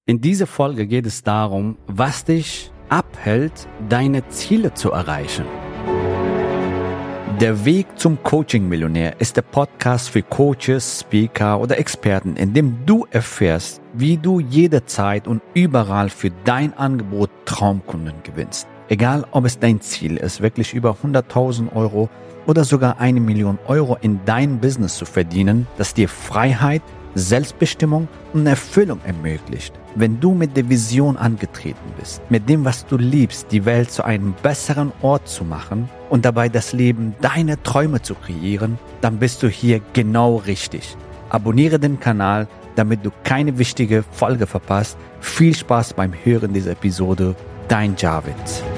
In dieser Folge geht es darum, was dich abhält, deine Ziele zu erreichen. Der Weg zum Coaching-Millionär ist der Podcast für Coaches, Speaker oder Experten, in dem du erfährst, wie du jederzeit und überall für dein Angebot Traumkunden gewinnst. Egal, ob es dein Ziel ist, wirklich über 100.000 Euro oder sogar 1 Million Euro in dein Business zu verdienen, das dir Freiheit, Selbstbestimmung und Erfüllung ermöglicht. Wenn du mit der Vision angetreten bist, mit dem, was du liebst, die Welt zu einem besseren Ort zu machen und dabei das Leben deiner Träume zu kreieren, dann bist du hier genau richtig. Abonniere den Kanal, damit du keine wichtige Folge verpasst. Viel Spaß beim Hören dieser Episode. Dein Javid.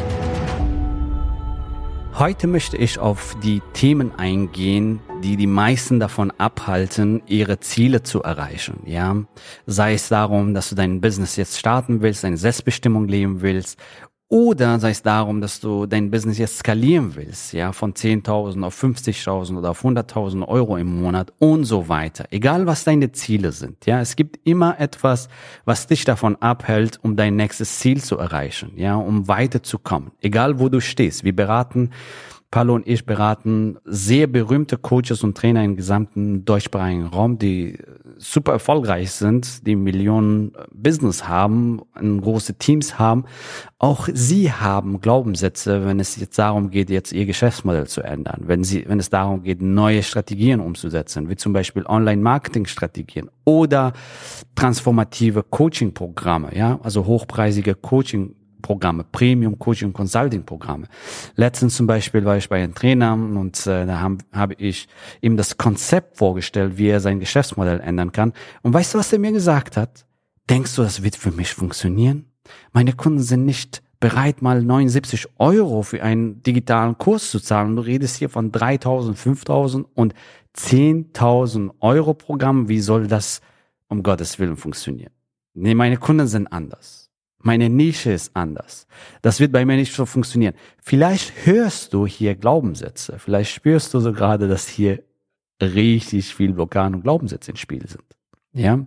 Heute möchte ich auf die Themen eingehen, die die meisten davon abhalten, ihre Ziele zu erreichen. Ja, sei es darum, dass du dein Business jetzt starten willst, deine Selbstbestimmung leben willst, oder sei es darum, dass du dein Business jetzt skalieren willst, ja, von 10.000 auf 50.000 oder auf 100.000 Euro im Monat und so weiter. Egal, was deine Ziele sind, ja, es gibt immer etwas, was dich davon abhält, um dein nächstes Ziel zu erreichen, ja, um weiterzukommen. Egal, wo du stehst. Paolo und ich beraten sehr berühmte Coaches und Trainer im gesamten deutschsprachigen Raum, die super erfolgreich sind, die Millionen Business haben, große Teams haben. Auch sie haben Glaubenssätze, wenn es jetzt darum geht, jetzt ihr Geschäftsmodell zu ändern, wenn es darum geht, neue Strategien umzusetzen, wie zum Beispiel Online-Marketing-Strategien oder transformative Coaching-Programme, ja, also hochpreisige Coaching-Programme, Premium Coaching Consulting Programme. Letztens zum Beispiel war ich bei einem Trainer und da habe ich ihm das Konzept vorgestellt, wie er sein Geschäftsmodell ändern kann. Und weißt du, was er mir gesagt hat? Denkst du, das wird für mich funktionieren? Meine Kunden sind nicht bereit, mal 79 Euro für einen digitalen Kurs zu zahlen. Du redest hier von 3.000, 5.000 und 10.000 Euro Programm. Wie soll das um Gottes Willen funktionieren? Nee, meine Kunden sind anders. Meine Nische ist anders. Das wird bei mir nicht so funktionieren. Vielleicht hörst du hier Glaubenssätze. Vielleicht spürst du so gerade, dass hier richtig viel Blockaden und Glaubenssätze ins Spiel sind. Ja?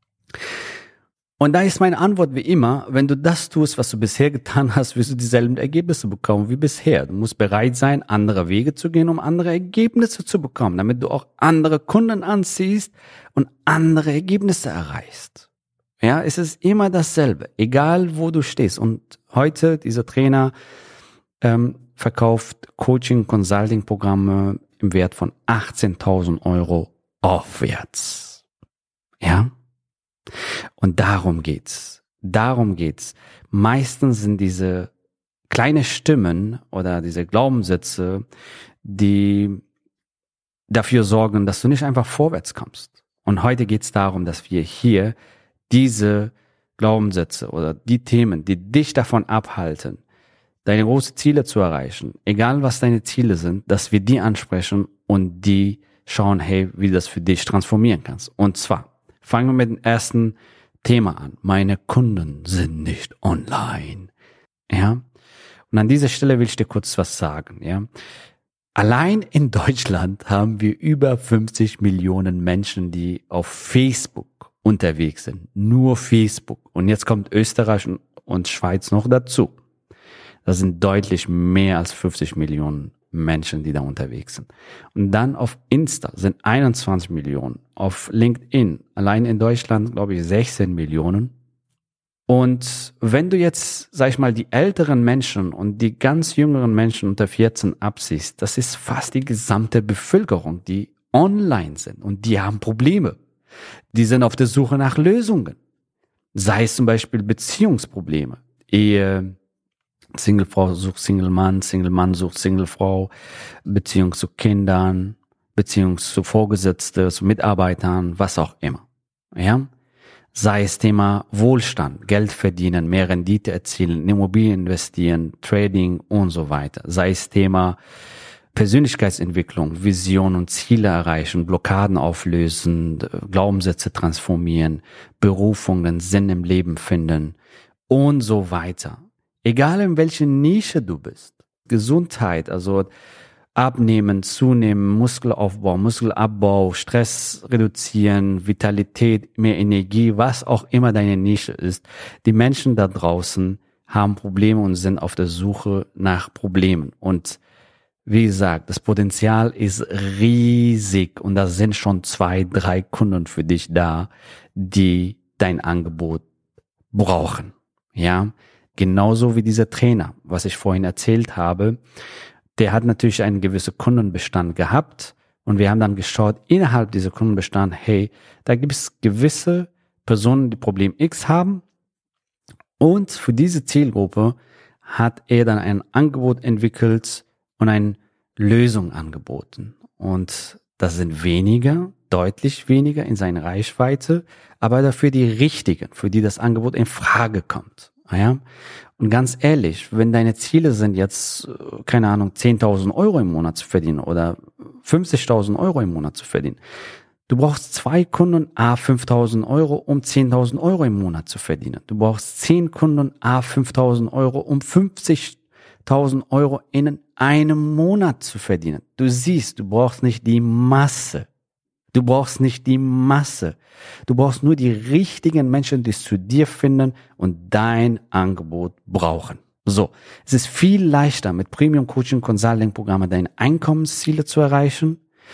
Und da ist meine Antwort wie immer, wenn du das tust, was du bisher getan hast, wirst du dieselben Ergebnisse bekommen wie bisher. Du musst bereit sein, andere Wege zu gehen, um andere Ergebnisse zu bekommen, damit du auch andere Kunden anziehst und andere Ergebnisse erreichst. Ja, es ist immer dasselbe, egal wo du stehst. Und heute, dieser Trainer verkauft Coaching-Consulting-Programme im Wert von 18.000 Euro aufwärts. Ja? Und darum geht's. Meistens sind diese kleine Stimmen oder diese Glaubenssätze, die dafür sorgen, dass du nicht einfach vorwärts kommst. Und heute geht's darum, dass wir hier diese Glaubenssätze oder die Themen, die dich davon abhalten, deine großen Ziele zu erreichen, egal was deine Ziele sind, dass wir die ansprechen und die schauen, hey, wie du das für dich transformieren kannst. Und zwar, fangen wir mit dem ersten Thema an. Meine Kunden sind nicht online. Ja? Und an dieser Stelle will ich dir kurz was sagen. Ja? Allein in Deutschland haben wir über 50 Millionen Menschen, die auf Facebook unterwegs sind. Nur Facebook. Und jetzt kommt Österreich und Schweiz noch dazu. Das sind deutlich mehr als 50 Millionen Menschen, die da unterwegs sind. Und dann auf Insta sind 21 Millionen. Auf LinkedIn, allein in Deutschland, glaube ich, 16 Millionen. Und wenn du jetzt, sag ich mal, die älteren Menschen und die ganz jüngeren Menschen unter 14 absiehst, das ist fast die gesamte Bevölkerung, die online sind. Und die haben Probleme. Die sind auf der Suche nach Lösungen. Sei es zum Beispiel Beziehungsprobleme. Ehe, Singlefrau sucht Single-Mann sucht Singlefrau, Beziehung zu Kindern, Beziehung zu Vorgesetzten, zu Mitarbeitern, was auch immer. Ja? Sei es Thema Wohlstand, Geld verdienen, mehr Rendite erzielen, in Immobilien investieren, Trading und so weiter. Sei es Thema Persönlichkeitsentwicklung, Vision und Ziele erreichen, Blockaden auflösen, Glaubenssätze transformieren, Berufungen, Sinn im Leben finden und so weiter. Egal in welcher Nische du bist. Gesundheit, also Abnehmen, zunehmen, Muskelaufbau, Muskelabbau, Stress reduzieren, Vitalität, mehr Energie, was auch immer deine Nische ist. Die Menschen da draußen haben Probleme und sind auf der Suche nach Problemen. Und wie gesagt, das Potenzial ist riesig und da sind schon 2, 3 Kunden für dich da, die dein Angebot brauchen. Ja, genauso wie dieser Trainer, was ich vorhin erzählt habe. Der hat natürlich einen gewissen Kundenbestand gehabt und wir haben dann geschaut, innerhalb dieser Kundenbestand, hey, da gibt es gewisse Personen, die Problem X haben und für diese Zielgruppe hat er dann ein Angebot entwickelt und eine Lösung angeboten. Und das sind weniger, deutlich weniger in seiner Reichweite, aber dafür die richtigen, für die das Angebot in Frage kommt. Ja? Und ganz ehrlich, wenn deine Ziele sind jetzt, keine Ahnung, 10.000 Euro im Monat zu verdienen oder 50.000 Euro im Monat zu verdienen, du brauchst 2 Kunden, 5.000 Euro, um 10.000 Euro im Monat zu verdienen. Du brauchst 10 Kunden, 5.000 Euro, um 50.000 Euro in einem Monat zu verdienen. Du siehst, du brauchst nicht die Masse. Du brauchst nicht die Masse. Du brauchst nur die richtigen Menschen, die es zu dir finden und dein Angebot brauchen. So, es ist viel leichter, mit Premium Coaching Consulting Programme deine Einkommensziele zu erreichen,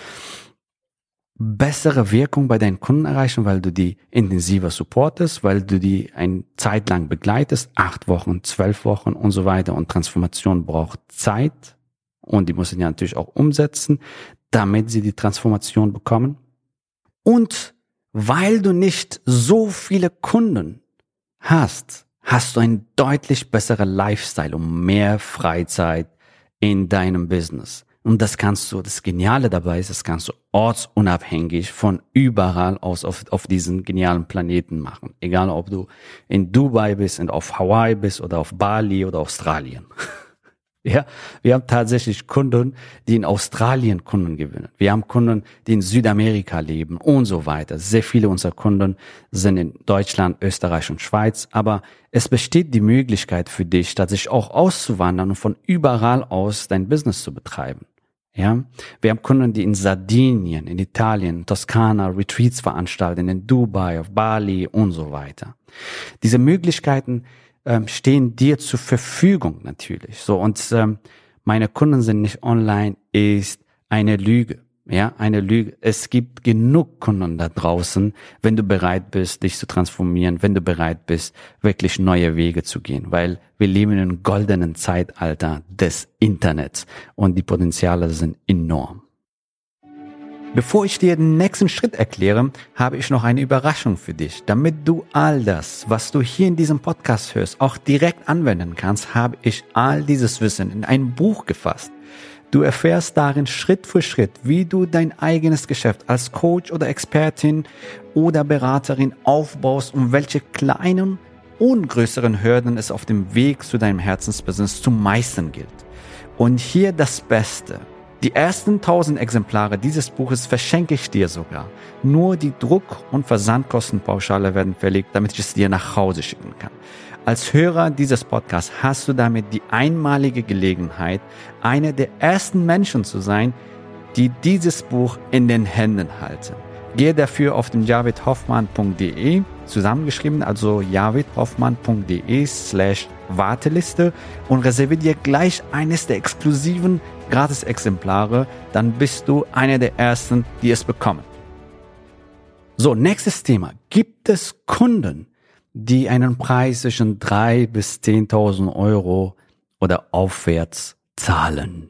bessere Wirkung bei deinen Kunden erreichen, weil du die intensiver supportest, weil du die eine Zeit lang begleitest, 8 Wochen, 12 Wochen und so weiter. Und Transformation braucht Zeit und die müssen ja natürlich auch umsetzen, damit sie die Transformation bekommen. Und weil du nicht so viele Kunden hast, hast du einen deutlich besseren Lifestyle und mehr Freizeit in deinem Business. Und das Geniale dabei ist, das kannst du ortsunabhängig von überall aus auf diesen genialen Planeten machen. Egal, ob du in Dubai bist und auf Hawaii bist oder auf Bali oder Australien. Ja, wir haben tatsächlich Kunden, die in Australien Kunden gewinnen. Wir haben Kunden, die in Südamerika leben und so weiter. Sehr viele unserer Kunden sind in Deutschland, Österreich und Schweiz. Aber es besteht die Möglichkeit für dich, tatsächlich auch auszuwandern und von überall aus dein Business zu betreiben. Ja, wir haben Kunden, die in Sardinien, in Italien, Toskana Retreats veranstalten, in Dubai, auf Bali und so weiter. Diese Möglichkeiten stehen dir zur Verfügung natürlich. So, und meine Kunden sind nicht online, ist eine Lüge. Ja, eine Lüge. Es gibt genug Kunden da draußen, wenn du bereit bist, dich zu transformieren, wenn du bereit bist, wirklich neue Wege zu gehen, weil wir leben in einem goldenen Zeitalter des Internets und die Potenziale sind enorm. Bevor ich dir den nächsten Schritt erkläre, habe ich noch eine Überraschung für dich. Damit du all das, was du hier in diesem Podcast hörst, auch direkt anwenden kannst, habe ich all dieses Wissen in ein Buch gefasst. Du erfährst darin Schritt für Schritt, wie du dein eigenes Geschäft als Coach oder Expertin oder Beraterin aufbaust und welche kleinen und größeren Hürden es auf dem Weg zu deinem Herzensbusiness zu meistern gilt. Und hier das Beste. Die ersten 1000 Exemplare dieses Buches verschenke ich dir sogar. Nur die Druck- und Versandkostenpauschale werden verlegt, damit ich es dir nach Hause schicken kann. Als Hörer dieses Podcasts hast du damit die einmalige Gelegenheit, einer der ersten Menschen zu sein, die dieses Buch in den Händen halten. Gehe dafür auf den javidhoffmann.de, zusammengeschrieben, also javidhoffmann.de/Warteliste und reserviere dir gleich eines der exklusiven Gratis-Exemplare, dann bist du einer der Ersten, die es bekommen. So, nächstes Thema. Gibt es Kunden, die einen Preis zwischen 3.000 bis 10.000 Euro oder aufwärts zahlen?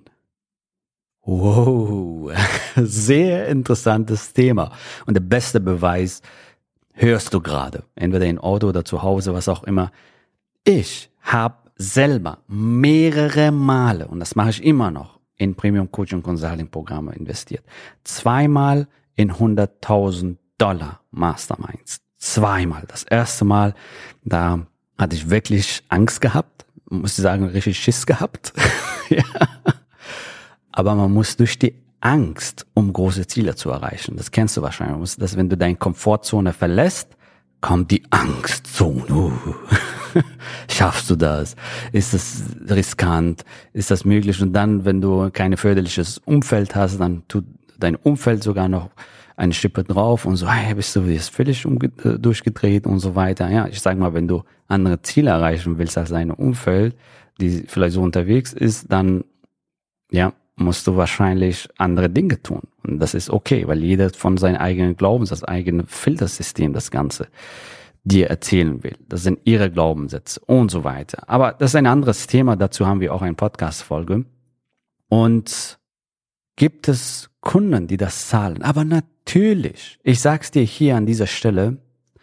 Wow, sehr interessantes Thema. Und der beste Beweis hörst du gerade, entweder im Auto oder zu Hause, was auch immer. Ich habe selber mehrere Male, und das mache ich immer noch, in Premium Coaching Consulting Programme investiert. 2-mal in $100.000 Masterminds. 2-mal. Das erste Mal, da hatte ich wirklich Angst gehabt, muss ich sagen, richtig Schiss gehabt. Ja. Aber man muss durch die Angst, um große Ziele zu erreichen. Das kennst du wahrscheinlich. Dass wenn du deine Komfortzone verlässt, kommt die Angstzone. Schaffst du das? Ist das riskant? Ist das möglich? Und dann, wenn du kein förderliches Umfeld hast, dann tut dein Umfeld sogar noch eine Schippe drauf und so, hey, bist du jetzt völlig durchgedreht und so weiter. Ja, ich sag mal, wenn du andere Ziele erreichen willst als dein Umfeld, die vielleicht so unterwegs ist, dann, ja, musst du wahrscheinlich andere Dinge tun. Und das ist okay, weil jeder von seinen eigenen Glaubenssatz, das eigene Filtersystem, das Ganze dir erzählen will. Das sind ihre Glaubenssätze und so weiter. Aber das ist ein anderes Thema. Dazu haben wir auch eine Podcast-Folge. Und gibt es Kunden, die das zahlen? Aber natürlich, ich sag's dir hier an dieser Stelle,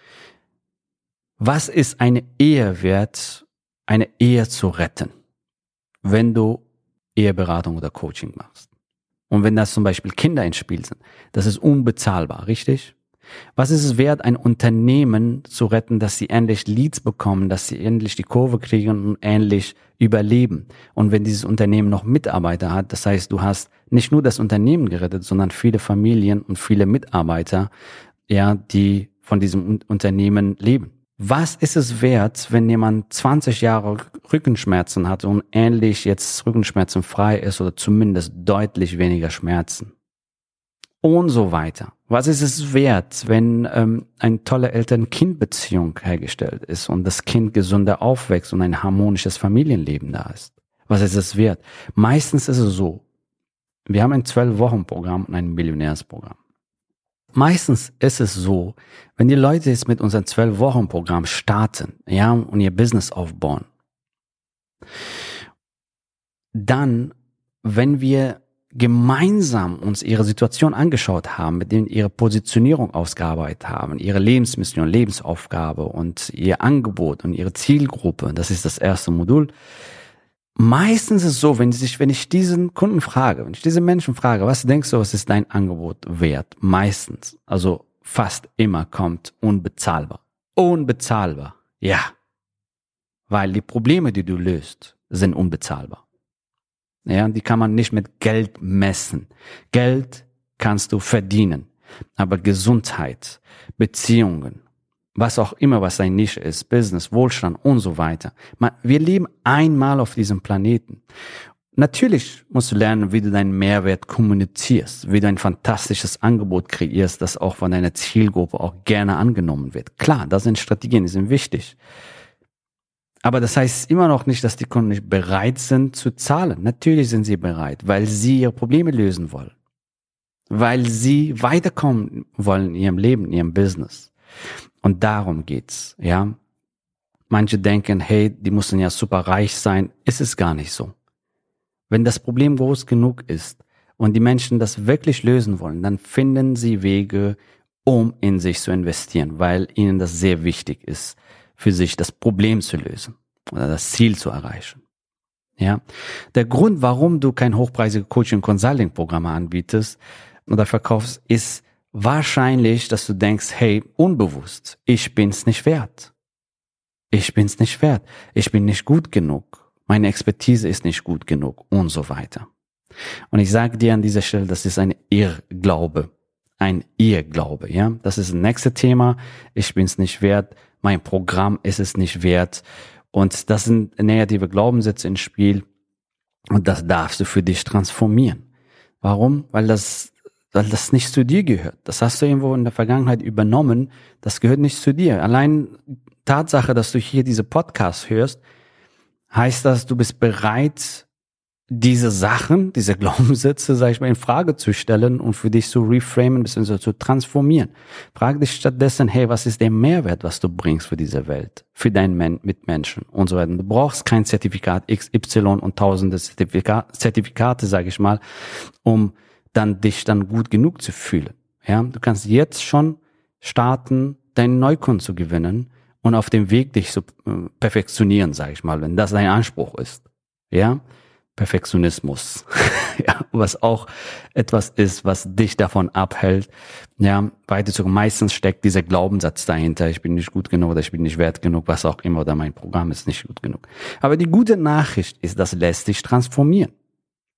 was ist eine Ehe wert, eine Ehe zu retten, wenn du Eheberatung oder Coaching machst? Und wenn das zum Beispiel Kinder ins Spiel sind, das ist unbezahlbar, richtig? Was ist es wert, ein Unternehmen zu retten, dass sie endlich Leads bekommen, dass sie endlich die Kurve kriegen und endlich überleben? Und wenn dieses Unternehmen noch Mitarbeiter hat, das heißt, du hast nicht nur das Unternehmen gerettet, sondern viele Familien und viele Mitarbeiter, ja, die von diesem Unternehmen leben. Was ist es wert, wenn jemand 20 Jahre Rückenschmerzen hat und endlich jetzt rückenschmerzenfrei ist oder zumindest deutlich weniger Schmerzen? Und so weiter. Was ist es wert, wenn eine tolle Eltern-Kind-Beziehung hergestellt ist und das Kind gesünder aufwächst und ein harmonisches Familienleben da ist? Was ist es wert? Meistens ist es so, wir haben ein 12-Wochen-Programm und ein Millionärsprogramm. Meistens ist es so, wenn die Leute jetzt mit unserem 12-Wochen-Programm starten, ja, und ihr Business aufbauen, dann, wenn wir gemeinsam uns ihre Situation angeschaut haben, mit denen ihre Positionierung ausgearbeitet haben, ihre Lebensmission, Lebensaufgabe und ihr Angebot und ihre Zielgruppe, das ist das erste Modul. Meistens ist es so, wenn ich diesen Kunden frage, wenn ich diese Menschen frage, was denkst du, was ist dein Angebot wert? Meistens, also fast immer kommt unbezahlbar. Unbezahlbar, ja. Weil die Probleme, die du löst, sind unbezahlbar. Ja, die kann man nicht mit Geld messen. Geld kannst du verdienen, aber Gesundheit, Beziehungen, was auch immer, was deine Nische ist, Business, Wohlstand und so weiter. Wir leben einmal auf diesem Planeten. Natürlich musst du lernen, wie du deinen Mehrwert kommunizierst, wie du ein fantastisches Angebot kreierst, das auch von deiner Zielgruppe auch gerne angenommen wird. Klar, das sind Strategien, die sind wichtig. Aber das heißt immer noch nicht, dass die Kunden nicht bereit sind zu zahlen. Natürlich sind sie bereit, weil sie ihre Probleme lösen wollen. Weil sie weiterkommen wollen in ihrem Leben, in ihrem Business. Und darum geht's, ja. Manche denken, hey, die müssen ja super reich sein. Ist es gar nicht so. Wenn das Problem groß genug ist und die Menschen das wirklich lösen wollen, dann finden sie Wege, um in sich zu investieren, weil ihnen das sehr wichtig ist, für sich das Problem zu lösen oder das Ziel zu erreichen. Ja, der Grund, warum du kein hochpreisige Coaching- und Consulting-Programme anbietest oder verkaufst, ist wahrscheinlich, dass du denkst, hey, unbewusst, ich bin's nicht wert. Ich bin's nicht wert. Ich bin nicht gut genug. Meine Expertise ist nicht gut genug und so weiter. Und ich sage dir an dieser Stelle, das ist ein Irrglaube. Ein Irrglaube, ja. Das ist das nächste Thema. Ich bin's nicht wert. Mein Programm ist es nicht wert. Und das sind negative Glaubenssätze ins Spiel. Und das darfst du für dich transformieren. Warum? Weil das nicht zu dir gehört. Das hast du irgendwo in der Vergangenheit übernommen. Das gehört nicht zu dir. Allein Tatsache, dass du hier diese Podcasts hörst, heißt das, du bist bereit, diese Sachen, diese Glaubenssätze, sag ich mal, in Frage zu stellen und für dich zu reframen, bzw. zu transformieren. Frag dich stattdessen, hey, was ist der Mehrwert, was du bringst für diese Welt, für deinen Mitmenschen und so weiter. Du brauchst kein Zertifikat XY und tausende Zertifikate, sag ich mal, um dich dann gut genug zu fühlen. Ja, du kannst jetzt schon starten, deinen Neukunden zu gewinnen und auf dem Weg dich zu perfektionieren, sag ich mal, wenn das dein Anspruch ist. Ja, Perfektionismus, ja, was auch etwas ist, was dich davon abhält, ja, weiterzukommen. Meistens steckt dieser Glaubenssatz dahinter, ich bin nicht gut genug oder ich bin nicht wert genug, was auch immer, oder mein Programm ist nicht gut genug. Aber die gute Nachricht ist, das lässt sich transformieren.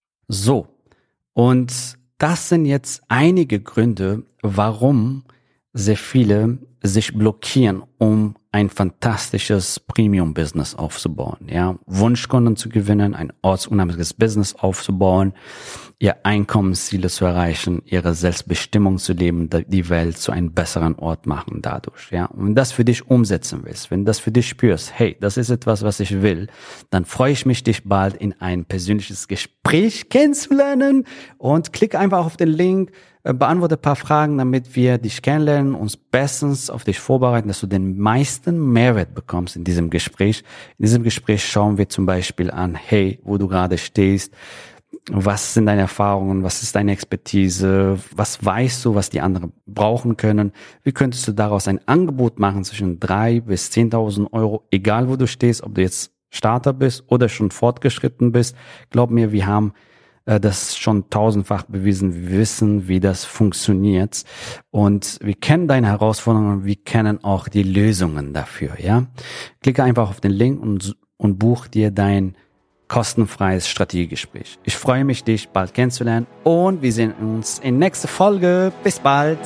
So, und das sind jetzt einige Gründe, warum sehr viele sich blockieren, um ein fantastisches Premium-Business aufzubauen, ja, Wunschkunden zu gewinnen, ein ortsunabhängiges Business aufzubauen, ihr Einkommensziele zu erreichen, ihre Selbstbestimmung zu leben, die Welt zu einem besseren Ort machen dadurch, ja. Und wenn das für dich umsetzen willst, wenn das für dich spürst, hey, das ist etwas, was ich will, dann freue ich mich, dich bald in ein persönliches Gespräch kennenzulernen und klick einfach auf den Link, beantworte ein paar Fragen, damit wir dich kennenlernen, uns bestens auf dich vorbereiten, dass du den meisten Mehrwert bekommst in diesem Gespräch. In diesem Gespräch schauen wir zum Beispiel an, hey, wo du gerade stehst, was sind deine Erfahrungen, was ist deine Expertise, was weißt du, was die anderen brauchen können, wie könntest du daraus ein Angebot machen zwischen 3.000 bis 10.000 Euro, egal wo du stehst, ob du jetzt Starter bist oder schon fortgeschritten bist. Glaub mir, wir haben das schon tausendfach bewiesen. Wir wissen, wie das funktioniert. Und wir kennen deine Herausforderungen, wir kennen auch die Lösungen dafür, ja. Klicke einfach auf den Link und buch dir dein kostenfreies Strategiegespräch. Ich freue mich, dich bald kennenzulernen und wir sehen uns in nächster Folge. Bis bald!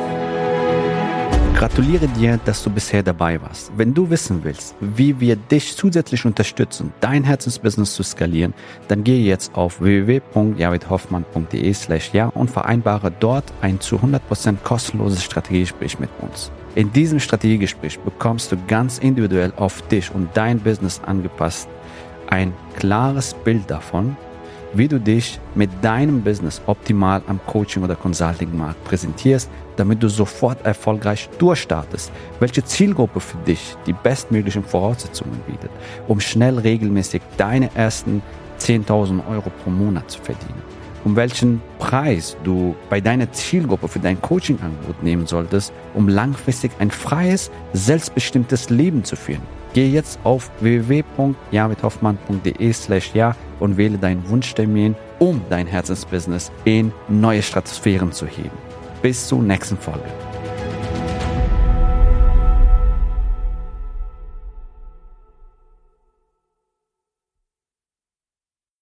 Gratuliere dir, dass du bisher dabei warst. Wenn du wissen willst, wie wir dich zusätzlich unterstützen, dein Herzensbusiness zu skalieren, dann gehe jetzt auf www.javidhoffmann.de/ja und vereinbare dort ein zu 100% kostenloses Strategiegespräch mit uns. In diesem Strategiegespräch bekommst du ganz individuell auf dich und dein Business angepasst ein klares Bild davon, wie du dich mit deinem Business optimal am Coaching- oder Consulting-Markt präsentierst, damit du sofort erfolgreich durchstartest, welche Zielgruppe für dich die bestmöglichen Voraussetzungen bietet, um schnell regelmäßig deine ersten 10.000 Euro pro Monat zu verdienen, um welchen Preis du bei deiner Zielgruppe für dein Coaching-Angebot nehmen solltest, um langfristig ein freies, selbstbestimmtes Leben zu führen. Geh jetzt auf www.javidhoffmann.de/ja und wähle deinen Wunschtermin, um dein Herzensbusiness in neue Stratosphären zu heben. Bis zur nächsten Folge.